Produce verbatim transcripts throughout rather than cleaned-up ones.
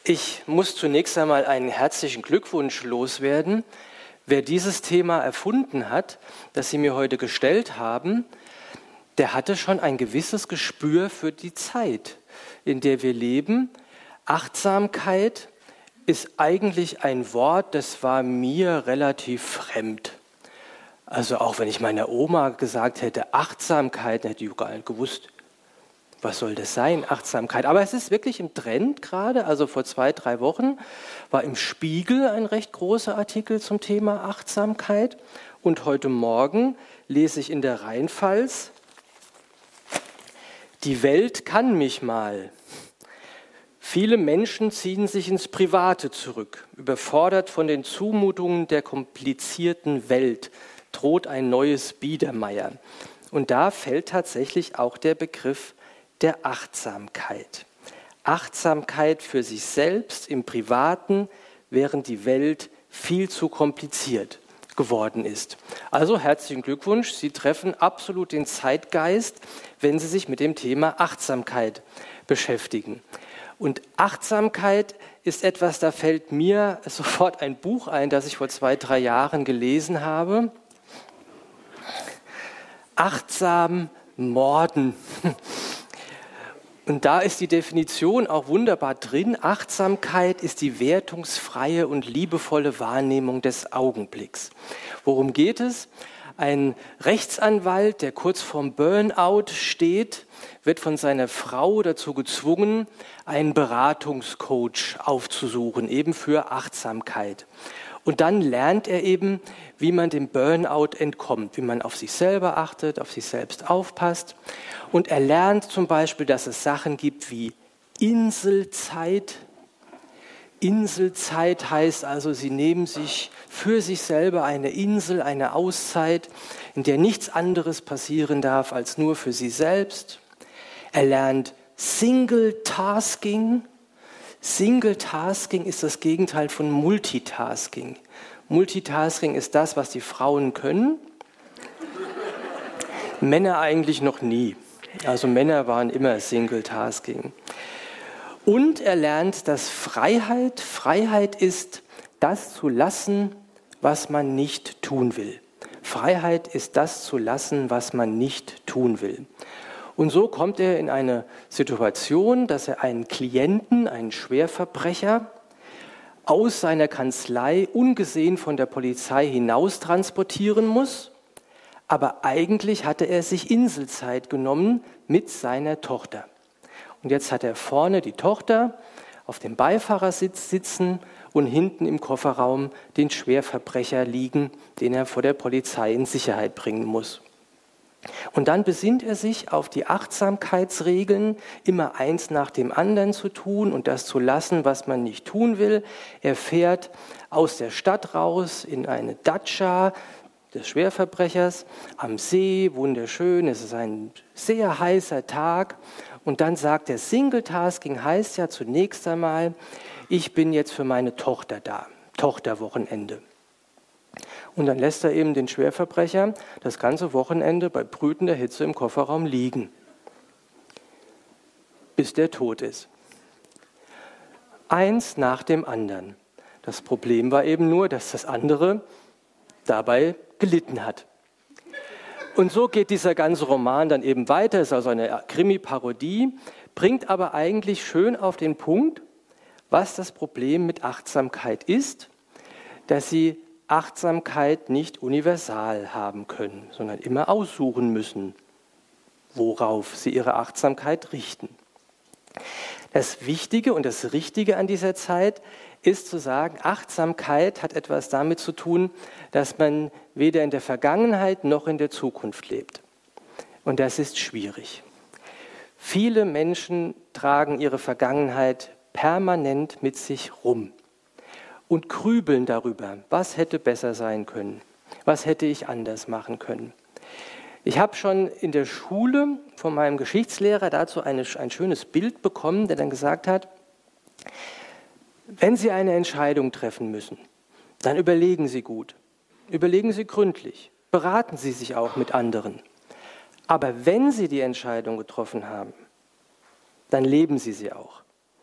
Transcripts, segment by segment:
Ich muss zunächst einmal einen herzlichen Glückwunsch loswerden. Wer dieses Thema erfunden hat, das Sie mir heute gestellt haben, der hatte schon ein gewisses Gespür für die Zeit, in der wir leben. Achtsamkeit ist eigentlich ein Wort, das war mir relativ fremd. Also auch wenn ich meiner Oma gesagt hätte, Achtsamkeit, dann hätte ich gar nicht gewusst, was soll das sein, Achtsamkeit. Aber es ist wirklich im Trend gerade, also vor zwei, drei Wochen war im Spiegel ein recht großer Artikel zum Thema Achtsamkeit. Und heute Morgen lese ich in der Rheinpfalz, die Welt kann mich mal. Viele Menschen ziehen sich ins Private zurück. Überfordert von den Zumutungen der komplizierten Welt droht ein neues Biedermeier. Und da fällt tatsächlich auch der Begriff der Achtsamkeit. Achtsamkeit für sich selbst im Privaten, während die Welt viel zu kompliziert geworden ist. Also herzlichen Glückwunsch, Sie treffen absolut den Zeitgeist, wenn Sie sich mit dem Thema Achtsamkeit beschäftigen. Und Achtsamkeit ist etwas, da fällt mir sofort ein Buch ein, das ich vor zwei, drei Jahren gelesen habe. Achtsam morden. Und da ist die Definition auch wunderbar drin. Achtsamkeit ist die wertungsfreie und liebevolle Wahrnehmung des Augenblicks. Worum geht es? Ein Rechtsanwalt, der kurz vorm Burnout steht, wird von seiner Frau dazu gezwungen, einen Beratungscoach aufzusuchen, eben für Achtsamkeit. Und dann lernt er eben, wie man dem Burnout entkommt, wie man auf sich selber achtet, auf sich selbst aufpasst. Und er lernt zum Beispiel, dass es Sachen gibt wie Inselzeit. Inselzeit heißt also, sie nehmen sich für sich selber eine Insel, eine Auszeit, in der nichts anderes passieren darf als nur für sie selbst. Er lernt Single-Tasking. Single-Tasking ist das Gegenteil von Multitasking. Multitasking ist das, was die Frauen können, Männer eigentlich noch nie. Also Männer waren immer Single-Tasking. Und er lernt, dass Freiheit, Freiheit ist, das zu lassen, was man nicht tun will. Freiheit ist das zu lassen, was man nicht tun will. Und so kommt er in eine Situation, dass er einen Klienten, einen Schwerverbrecher, aus seiner Kanzlei ungesehen von der Polizei hinaus transportieren muss. Aber eigentlich hatte er sich Inselzeit genommen mit seiner Tochter. Und jetzt hat er vorne die Tochter auf dem Beifahrersitz sitzen und hinten im Kofferraum den Schwerverbrecher liegen, den er vor der Polizei in Sicherheit bringen muss. Und dann besinnt er sich auf die Achtsamkeitsregeln, immer eins nach dem anderen zu tun und das zu lassen, was man nicht tun will. Er fährt aus der Stadt raus in eine Datscha des Schwerverbrechers am See, wunderschön, es ist ein sehr heißer Tag. Und dann sagt er, Single-Tasking heißt ja zunächst einmal, ich bin jetzt für meine Tochter da, Tochterwochenende. Und dann lässt er eben den Schwerverbrecher das ganze Wochenende bei brütender Hitze im Kofferraum liegen, bis der tot ist. Eins nach dem anderen. Das Problem war eben nur, dass das andere dabei gelitten hat. Und so geht dieser ganze Roman dann eben weiter, ist also eine Krimi-Parodie, bringt aber eigentlich schön auf den Punkt, was das Problem mit Achtsamkeit ist, dass sie Achtsamkeit nicht universal haben können, sondern immer aussuchen müssen, worauf sie ihre Achtsamkeit richten. Das Wichtige und das Richtige an dieser Zeit ist zu sagen, Achtsamkeit hat etwas damit zu tun, dass man weder in der Vergangenheit noch in der Zukunft lebt. Und das ist schwierig. Viele Menschen tragen ihre Vergangenheit permanent mit sich rum und grübeln darüber, was hätte besser sein können, was hätte ich anders machen können. Ich habe schon in der Schule von meinem Geschichtslehrer dazu eine, ein schönes Bild bekommen, der dann gesagt hat, wenn Sie eine Entscheidung treffen müssen, dann überlegen Sie gut, überlegen Sie gründlich, beraten Sie sich auch mit anderen. Aber wenn Sie die Entscheidung getroffen haben, dann leben Sie sie auch.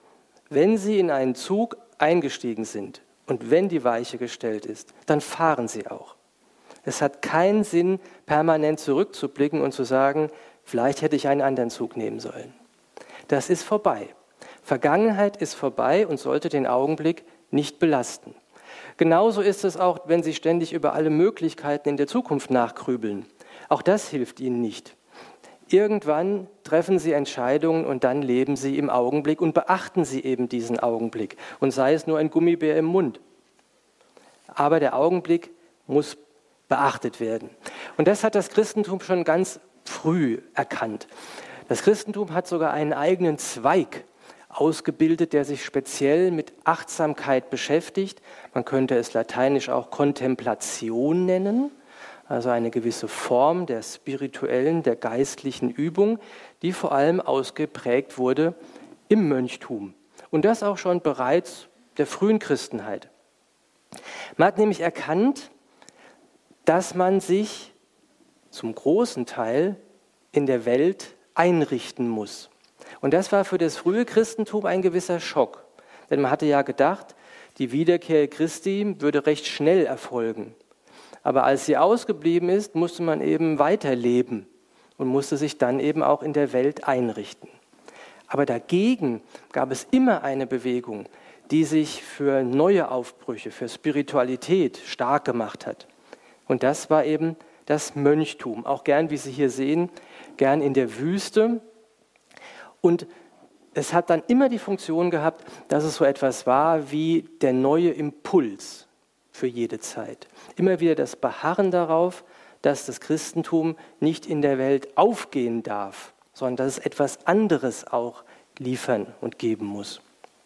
wenn Sie in einen Zug eingestiegen sind und wenn die Weiche gestellt ist, dann fahren Sie auch. Es hat keinen Sinn, permanent zurückzublicken und zu sagen, vielleicht hätte ich einen anderen Zug nehmen sollen. Das ist vorbei. Vergangenheit ist vorbei und sollte den Augenblick nicht belasten. Genauso ist es auch, wenn Sie ständig über alle Möglichkeiten in der Zukunft nachgrübeln. Auch das hilft Ihnen nicht. Irgendwann treffen Sie Entscheidungen und dann leben Sie im Augenblick und beachten Sie eben diesen Augenblick. Und sei es nur ein Gummibär im Mund. Aber der Augenblick muss beachtet werden. Und das hat das Christentum schon ganz früh erkannt. Das Christentum hat sogar einen eigenen Zweig ausgebildet, der sich speziell mit Achtsamkeit beschäftigt. Man könnte es lateinisch auch Kontemplation nennen, also eine gewisse Form der spirituellen, der geistlichen Übung, die vor allem ausgeprägt wurde im Mönchtum. Und das auch schon bereits der frühen Christenheit. Man hat nämlich erkannt, dass man sich zum großen Teil in der Welt einrichten muss. Und das war für das frühe Christentum ein gewisser Schock. Denn man hatte ja gedacht, die Wiederkehr Christi würde recht schnell erfolgen. Aber als sie ausgeblieben ist, musste man eben weiterleben und musste sich dann eben auch in der Welt einrichten. Aber dagegen gab es immer eine Bewegung, die sich für neue Aufbrüche, für Spiritualität stark gemacht hat. Und das war eben das Mönchtum, auch gern, wie Sie hier sehen, gern in der Wüste. Und es hat dann immer die Funktion gehabt, dass es so etwas war wie der neue Impuls für jede Zeit. Immer wieder das Beharren darauf, dass das Christentum nicht in der Welt aufgehen darf, sondern dass es etwas anderes auch liefern und geben muss.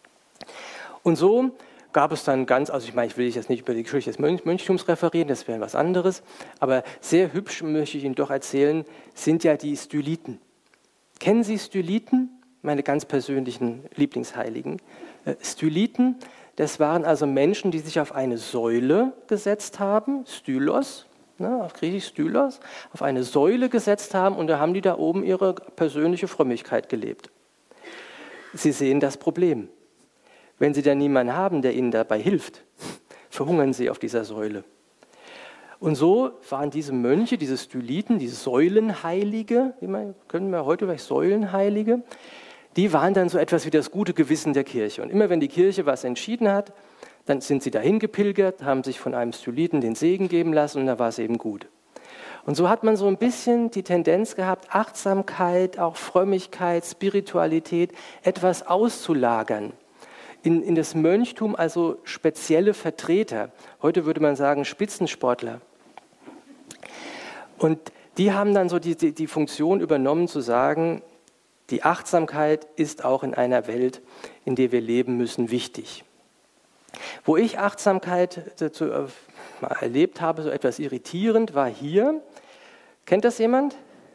Und so gab es dann ganz, also ich meine, ich will jetzt nicht über die Geschichte des Mönch- Mönchtums referieren, das wäre was anderes, aber sehr hübsch möchte ich Ihnen doch erzählen, sind ja die Styliten. Kennen Sie Styliten? Meine ganz persönlichen Lieblingsheiligen. Äh, Styliten, das waren also Menschen, die sich auf eine Säule gesetzt haben, Stylos, ne, auf Griechisch Stylos, auf eine Säule gesetzt haben und da haben die da oben ihre persönliche Frömmigkeit gelebt. Sie sehen das Problem. Wenn Sie dann niemanden haben, der Ihnen dabei hilft, verhungern Sie auf dieser Säule. Und so waren diese Mönche, diese Styliten, die Säulenheilige, wie man, können wir heute vielleicht Säulenheilige, die waren dann so etwas wie das gute Gewissen der Kirche. Und immer wenn die Kirche was entschieden hat, dann sind sie dahin gepilgert, haben sich von einem Styliten den Segen geben lassen und da war es eben gut. Und so hat man so ein bisschen die Tendenz gehabt, Achtsamkeit, auch Frömmigkeit, Spiritualität, etwas auszulagern. In, in das Mönchtum also spezielle Vertreter, heute würde man sagen Spitzensportler. Und die haben dann so die, die, die Funktion übernommen zu sagen, die Achtsamkeit ist auch in einer Welt, in der wir leben müssen, wichtig. Wo ich Achtsamkeit dazu, äh, mal erlebt habe, so etwas irritierend, war hier. Kennt das jemand?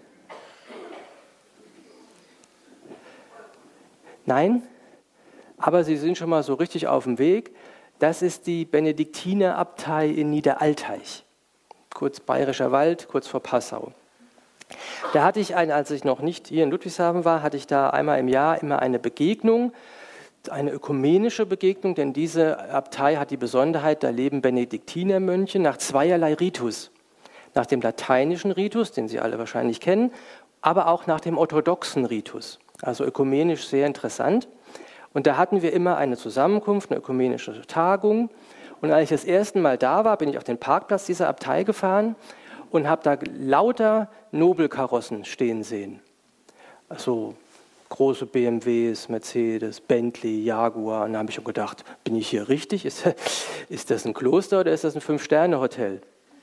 Nein? Aber Sie sind schon mal so richtig auf dem Weg. Das ist die Benediktinerabtei in Niederalteich, kurz Bayerischer Wald, kurz vor Passau. Da hatte ich, ein, als ich noch nicht hier in Ludwigshafen war, hatte ich da einmal im Jahr immer eine Begegnung, eine ökumenische Begegnung, denn diese Abtei hat die Besonderheit, da leben Benediktinermönche nach zweierlei Ritus. Nach dem lateinischen Ritus, den Sie alle wahrscheinlich kennen, aber auch nach dem orthodoxen Ritus. Also ökumenisch sehr interessant. Und da hatten wir immer eine Zusammenkunft, eine ökumenische Tagung. Und als ich das erste Mal da war, bin ich auf den Parkplatz dieser Abtei gefahren und habe da lauter Nobelkarossen stehen sehen. Also große B M Ws, Mercedes, Bentley, Jaguar. Und da habe ich schon gedacht, bin ich hier richtig? Ist, ist das ein Kloster oder ist das ein Fünf-Sterne-Hotel?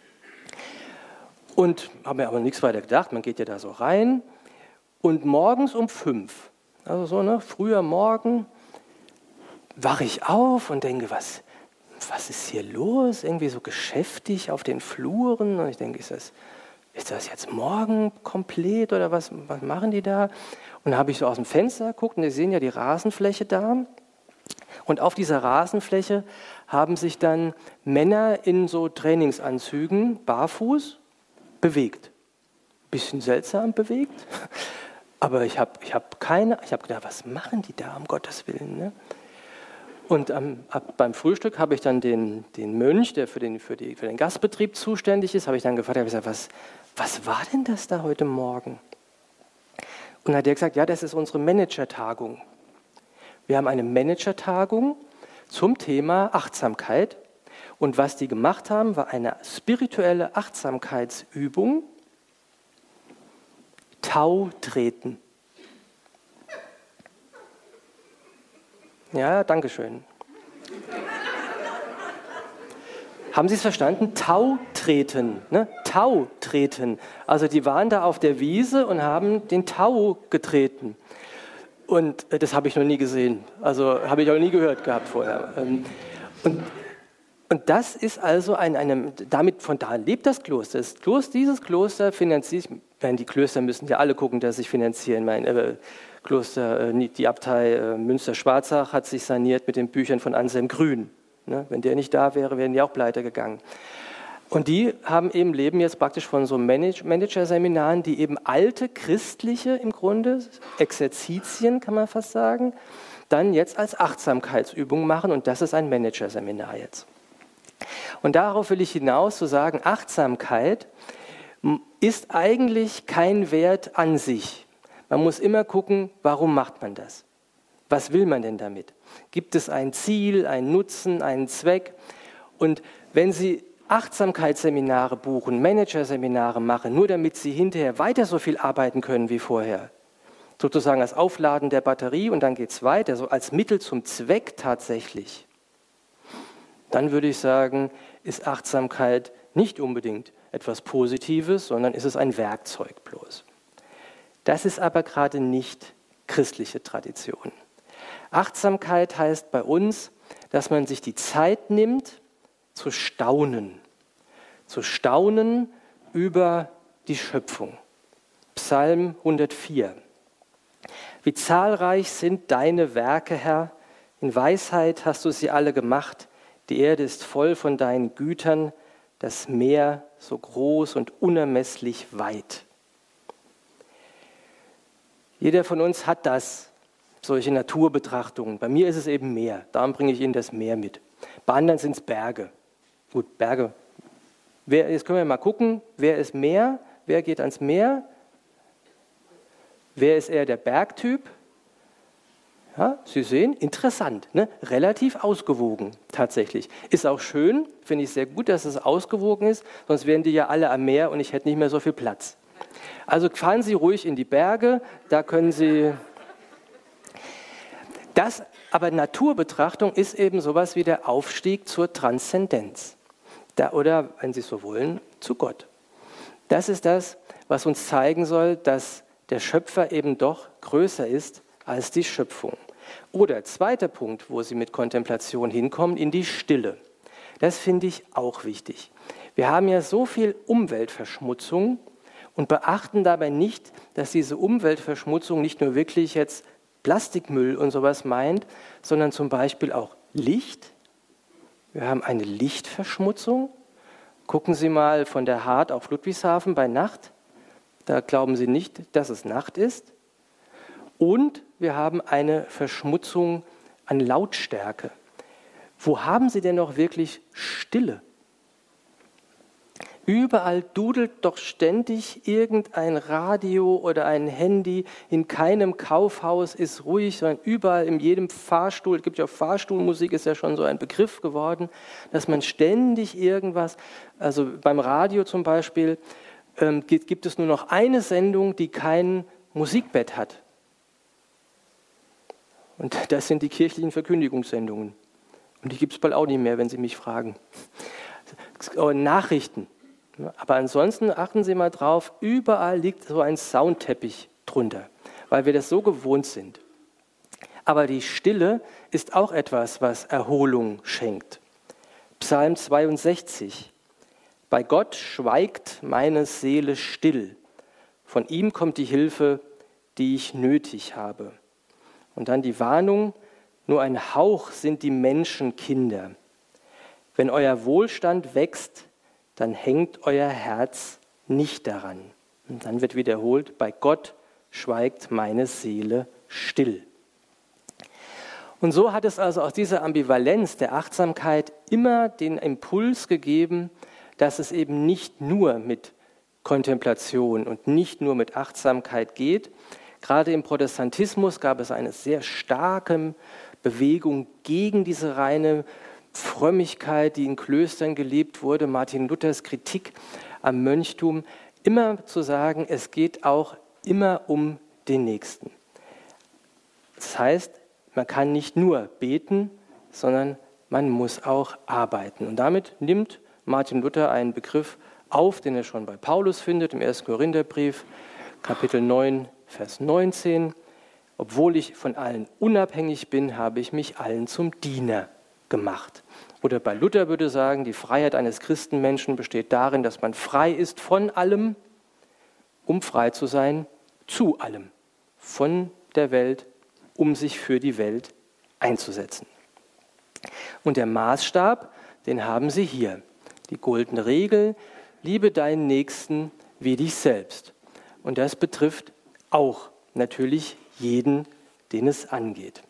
Und habe mir aber nichts weiter gedacht. Man geht ja da so rein. Und morgens um fünf, also so ne, früher Morgen, wache ich auf und denke, was, was ist hier los? Irgendwie so geschäftig auf den Fluren. Und ich denke, ist das, ist das jetzt morgen komplett oder was, was machen die da? Und dann habe ich so aus dem Fenster geguckt und Sie sehen ja die Rasenfläche da. Und auf dieser Rasenfläche haben sich dann Männer in so Trainingsanzügen, barfuß, bewegt. Bisschen seltsam bewegt. Aber ich habe ich hab keine, ich habe gedacht, was machen die da, um Gottes Willen? Ne? Und ähm, ab, beim Frühstück habe ich dann den, den Mönch, der für den, für, die, für den Gastbetrieb zuständig ist, habe ich dann gefragt, habe gesagt, was, was war denn das da heute Morgen? Und dann hat er gesagt, ja, das ist unsere Managertagung. Wir haben eine Managertagung zum Thema Achtsamkeit. Und was die gemacht haben, war eine spirituelle Achtsamkeitsübung, Tau treten. Ja, danke schön. Haben Sie es verstanden? Tau treten, ne? Tau treten. Also die waren da auf der Wiese und haben den Tau getreten. Und das habe ich noch nie gesehen. Also habe ich auch nie gehört gehabt vorher. Und, und das ist also ein, eine, damit von da lebt das Kloster. Das Kloster dieses Kloster finanziert, die Klöster müssen ja alle gucken, dass sie sich finanzieren. Mein äh, Kloster, äh, die Abtei äh, Münster-Schwarzach hat sich saniert mit den Büchern von Anselm Grün. Ne? Wenn der nicht da wäre, wären die auch pleite gegangen. Und die haben eben leben jetzt praktisch von so Manage- Managerseminaren, die eben alte christliche im Grunde, Exerzitien kann man fast sagen, dann jetzt als Achtsamkeitsübung machen und das ist ein Managerseminar jetzt. Und darauf will ich hinaus zu sagen, Achtsamkeit ist eigentlich kein Wert an sich. Man muss immer gucken, warum macht man das? Was will man denn damit? Gibt es ein Ziel, einen Nutzen, einen Zweck? Und wenn Sie Achtsamkeitsseminare buchen, Managerseminare machen, nur damit Sie hinterher weiter so viel arbeiten können wie vorher, sozusagen als Aufladen der Batterie und dann geht es weiter, so als Mittel zum Zweck tatsächlich, dann würde ich sagen, ist Achtsamkeit nicht unbedingt etwas Positives, sondern ist es ein Werkzeug bloß. Das ist aber gerade nicht christliche Tradition. Achtsamkeit heißt bei uns, dass man sich die Zeit nimmt, zu staunen. Zu staunen über die Schöpfung. Psalm hundertvier. Wie zahlreich sind deine Werke, Herr, in Weisheit hast du sie alle gemacht, die Erde ist voll von deinen Gütern, das Meer so groß und unermesslich weit. Jeder von uns hat das, solche Naturbetrachtungen. Bei mir ist es eben Meer, darum bringe ich Ihnen das Meer mit. Bei anderen sind es Berge. Gut, Berge. Wer, jetzt können wir mal gucken, wer ist Meer, wer geht ans Meer, wer ist eher der Bergtyp? Ja, Sie sehen, interessant, ne? Relativ ausgewogen tatsächlich. Ist auch schön, finde ich sehr gut, dass es ausgewogen ist, sonst wären die ja alle am Meer und ich hätte nicht mehr so viel Platz. Also fahren Sie ruhig in die Berge, da können Sie... Das, aber Naturbetrachtung ist eben sowas wie der Aufstieg zur Transzendenz. Da, oder, wenn Sie so wollen, zu Gott. Das ist das, was uns zeigen soll, dass der Schöpfer eben doch größer ist als die Schöpfung. Oder zweiter Punkt, wo Sie mit Kontemplation hinkommen, in die Stille. Das finde ich auch wichtig. Wir haben ja so viel Umweltverschmutzung und beachten dabei nicht, dass diese Umweltverschmutzung nicht nur wirklich jetzt Plastikmüll und sowas meint, sondern zum Beispiel auch Licht. Wir haben eine Lichtverschmutzung. Gucken Sie mal von der Hart auf Ludwigshafen bei Nacht. Da glauben Sie nicht, dass es Nacht ist. Und wir haben eine Verschmutzung an Lautstärke. Wo haben Sie denn noch wirklich Stille? Überall dudelt doch ständig irgendein Radio oder ein Handy. In keinem Kaufhaus ist ruhig, sondern überall in jedem Fahrstuhl, es gibt ja auch Fahrstuhlmusik, ist ja schon so ein Begriff geworden, dass man ständig irgendwas, also beim Radio zum Beispiel, ähm, gibt, gibt es nur noch eine Sendung, die kein Musikbett hat. Und das sind die kirchlichen Verkündigungssendungen. Und die gibt es bald auch nicht mehr, wenn Sie mich fragen. Nachrichten. Aber ansonsten achten Sie mal drauf, überall liegt so ein Soundteppich drunter, weil wir das so gewohnt sind. Aber die Stille ist auch etwas, was Erholung schenkt. Psalm zweiundsechzig. Bei Gott schweigt meine Seele still. Von ihm kommt die Hilfe, die ich nötig habe. Und dann die Warnung, nur ein Hauch sind die Menschen Kinder. Wenn euer Wohlstand wächst, dann hängt euer Herz nicht daran. Und dann wird wiederholt, bei Gott schweigt meine Seele still. Und so hat es also aus dieser Ambivalenz der Achtsamkeit immer den Impuls gegeben, dass es eben nicht nur mit Kontemplation und nicht nur mit Achtsamkeit geht. Gerade im Protestantismus gab es eine sehr starke Bewegung gegen diese reine Frömmigkeit, die in Klöstern gelebt wurde. Martin Luthers Kritik am Mönchtum, immer zu sagen, es geht auch immer um den Nächsten. Das heißt, man kann nicht nur beten, sondern man muss auch arbeiten. Und damit nimmt Martin Luther einen Begriff auf, den er schon bei Paulus findet, im ersten Korintherbrief, Kapitel neun, Vers neunzehn. Obwohl ich von allen unabhängig bin, habe ich mich allen zum Diener gemacht. Oder bei Luther würde sagen, die Freiheit eines Christenmenschen besteht darin, dass man frei ist von allem, um frei zu sein zu allem. Von der Welt, um sich für die Welt einzusetzen. Und der Maßstab, den haben Sie hier. Die goldene Regel, liebe deinen Nächsten wie dich selbst. Und das betrifft auch natürlich jeden, den es angeht.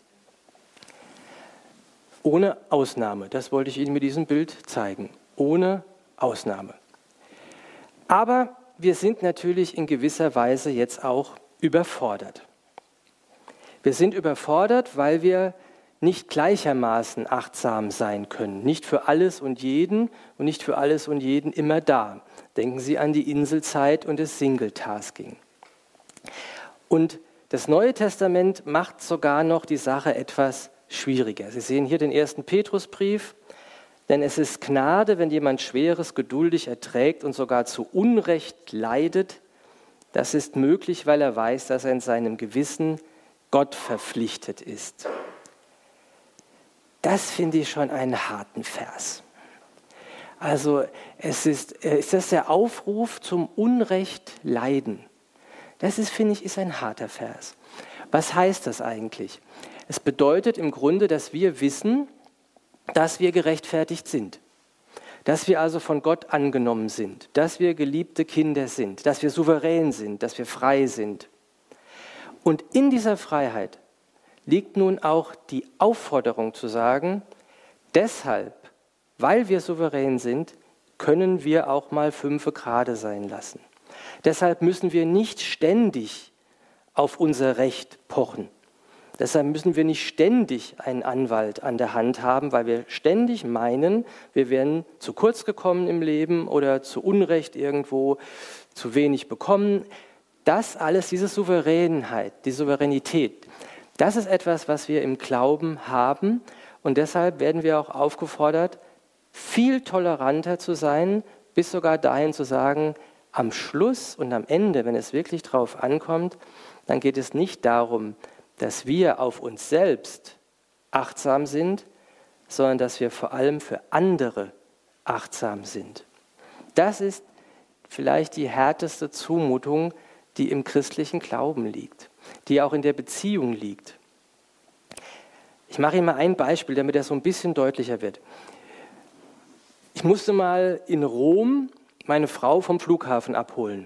Ohne Ausnahme, das wollte ich Ihnen mit diesem Bild zeigen. Ohne Ausnahme. Aber wir sind natürlich in gewisser Weise jetzt auch überfordert. Wir sind überfordert, weil wir nicht gleichermaßen achtsam sein können. Nicht für alles und jeden und nicht für alles und jeden immer da. Denken Sie an die Inselzeit und das Single-Tasking. Und das Neue Testament macht sogar noch die Sache etwas schwieriger. Sie sehen hier den ersten Petrusbrief. Denn es ist Gnade, wenn jemand Schweres geduldig erträgt und sogar zu Unrecht leidet. Das ist möglich, weil er weiß, dass er in seinem Gewissen Gott verpflichtet ist. Das finde ich schon einen harten Vers. Also es ist, ist das der Aufruf zum Unrecht leiden. Das ist, finde ich, ist ein harter Vers. Was heißt das eigentlich? Es bedeutet im Grunde, dass wir wissen, dass wir gerechtfertigt sind. Dass wir also von Gott angenommen sind. Dass wir geliebte Kinder sind. Dass wir souverän sind. Dass wir frei sind. Und in dieser Freiheit liegt nun auch die Aufforderung zu sagen, deshalb, weil wir souverän sind, können wir auch mal fünfe gerade sein lassen. Deshalb müssen wir nicht ständig auf unser Recht pochen. Deshalb müssen wir nicht ständig einen Anwalt an der Hand haben, weil wir ständig meinen, wir wären zu kurz gekommen im Leben oder zu Unrecht irgendwo zu wenig bekommen. Das alles, diese Souveränheit, die Souveränität, das ist etwas, was wir im Glauben haben. Und deshalb werden wir auch aufgefordert, viel toleranter zu sein, bis sogar dahin zu sagen, am Schluss und am Ende, wenn es wirklich drauf ankommt, dann geht es nicht darum, dass wir auf uns selbst achtsam sind, sondern dass wir vor allem für andere achtsam sind. Das ist vielleicht die härteste Zumutung, die im christlichen Glauben liegt, die auch in der Beziehung liegt. Ich mache Ihnen mal ein Beispiel, damit das so ein bisschen deutlicher wird. Ich musste mal in Rom meine Frau vom Flughafen abholen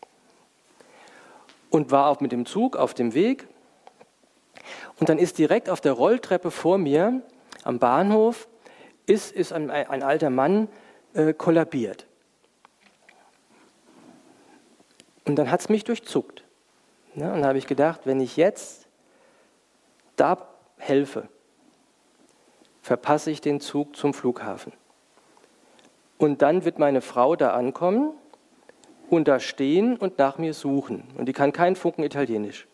und war auch mit dem Zug auf dem Weg. Und dann ist direkt auf der Rolltreppe vor mir am Bahnhof ist, ist ein, ein alter Mann äh, kollabiert. Und dann hat es mich durchzuckt. Ja, und da habe ich gedacht, wenn ich jetzt da helfe, verpasse ich den Zug zum Flughafen. Und dann wird meine Frau da ankommen und da stehen und nach mir suchen. Und die kann keinen Funken Italienisch.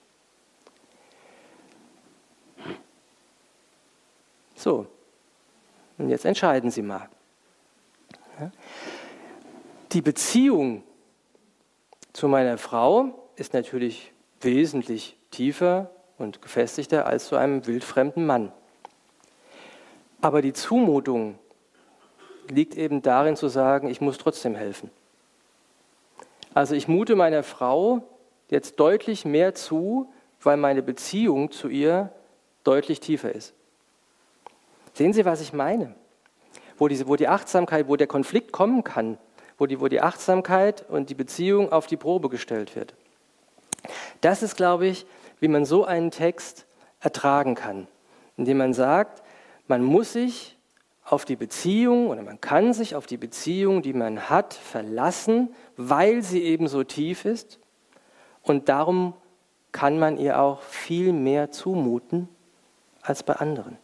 So, und jetzt entscheiden Sie mal. Ja. Die Beziehung zu meiner Frau ist natürlich wesentlich tiefer und gefestigter als zu einem wildfremden Mann. Aber die Zumutung liegt eben darin zu sagen, ich muss trotzdem helfen. Also ich mute meiner Frau jetzt deutlich mehr zu, weil meine Beziehung zu ihr deutlich tiefer ist. Sehen Sie, was ich meine? Wo, diese, wo die Achtsamkeit, wo der Konflikt kommen kann, wo die, wo die Achtsamkeit und die Beziehung auf die Probe gestellt wird. Das ist, glaube ich, wie man so einen Text ertragen kann. indem man sagt, man muss sich auf die Beziehung oder man kann sich auf die Beziehung, die man hat, verlassen, weil sie eben so tief ist. Und darum kann man ihr auch viel mehr zumuten als bei anderen.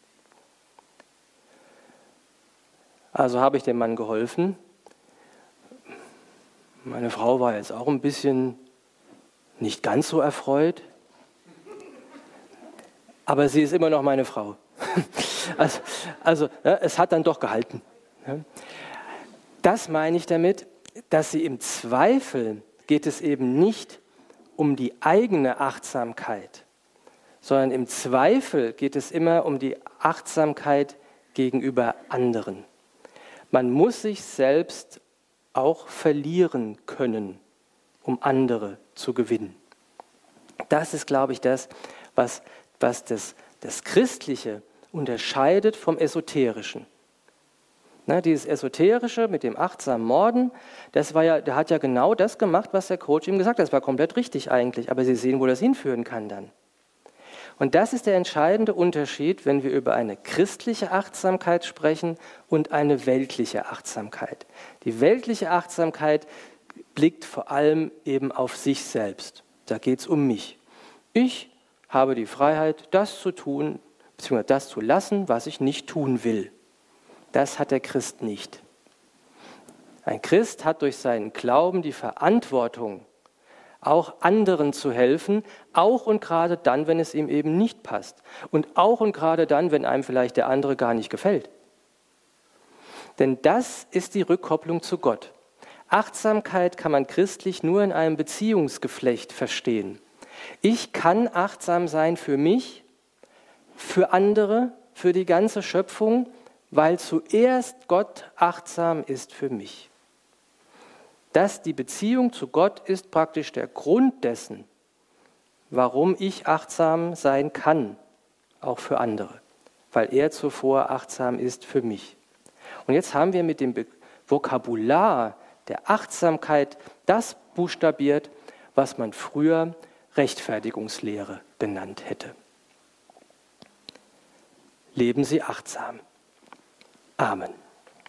Also habe ich dem Mann geholfen. Meine Frau war jetzt auch ein bisschen nicht ganz so erfreut, aber sie ist immer noch meine Frau. Also, also ja, es hat dann doch gehalten. Das meine ich damit, dass sie im Zweifel geht es eben nicht um die eigene Achtsamkeit, sondern im Zweifel geht es immer um die Achtsamkeit gegenüber anderen. Man muss sich selbst auch verlieren können, um andere zu gewinnen. Das ist, glaube ich, das, was, was das, das Christliche unterscheidet vom Esoterischen. Na, dieses Esoterische mit dem achtsamen Morden, das war ja, der hat ja genau das gemacht, was der Coach ihm gesagt hat. Das war komplett richtig eigentlich, aber Sie sehen, wo das hinführen kann dann. Und das ist der entscheidende Unterschied, wenn wir über eine christliche Achtsamkeit sprechen und eine weltliche Achtsamkeit. Die weltliche Achtsamkeit blickt vor allem eben auf sich selbst. Da geht es um mich. Ich habe die Freiheit, das zu tun, beziehungsweise das zu lassen, was ich nicht tun will. Das hat der Christ nicht. Ein Christ hat durch seinen Glauben die Verantwortung, auch anderen zu helfen, auch und gerade dann, wenn es ihm eben nicht passt. Und auch und gerade dann, wenn einem vielleicht der andere gar nicht gefällt. Denn das ist die Rückkopplung zu Gott. Achtsamkeit kann man christlich nur in einem Beziehungsgeflecht verstehen. Ich kann achtsam sein für mich, für andere, für die ganze Schöpfung, weil zuerst Gott achtsam ist für mich. Dass die Beziehung zu Gott ist praktisch der Grund dessen, warum ich achtsam sein kann, auch für andere, weil er zuvor achtsam ist für mich. Und jetzt haben wir mit dem Vokabular der Achtsamkeit das buchstabiert, was man früher Rechtfertigungslehre genannt hätte. Leben Sie achtsam. Amen.